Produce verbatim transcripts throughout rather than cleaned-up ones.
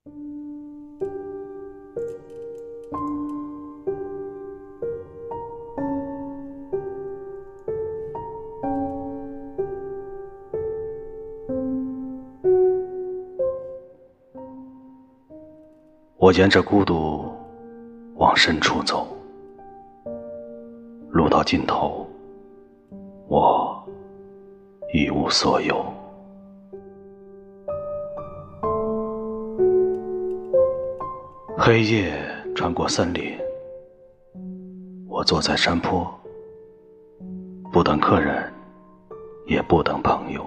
我沿着孤独往深处走，路到尽头，我一无所有。黑夜穿过森林，我坐在山坡，不等客人，也不等朋友。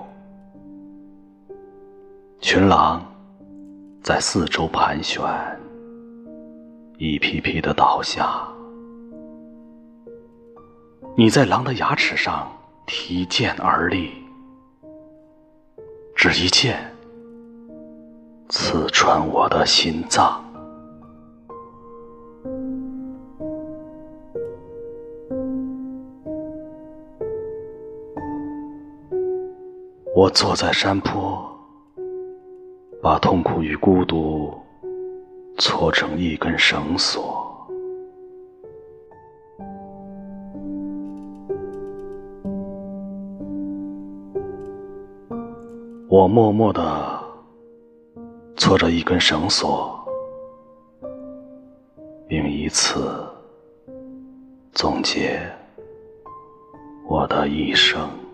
群狼在四周盘旋，一批批的倒下。你在狼的牙齿上提剑而立，只一剑刺穿我的心脏。我坐在山坡，把痛苦与孤独搓成一根绳索。我默默地搓着一根绳索，并以此总结我的一生。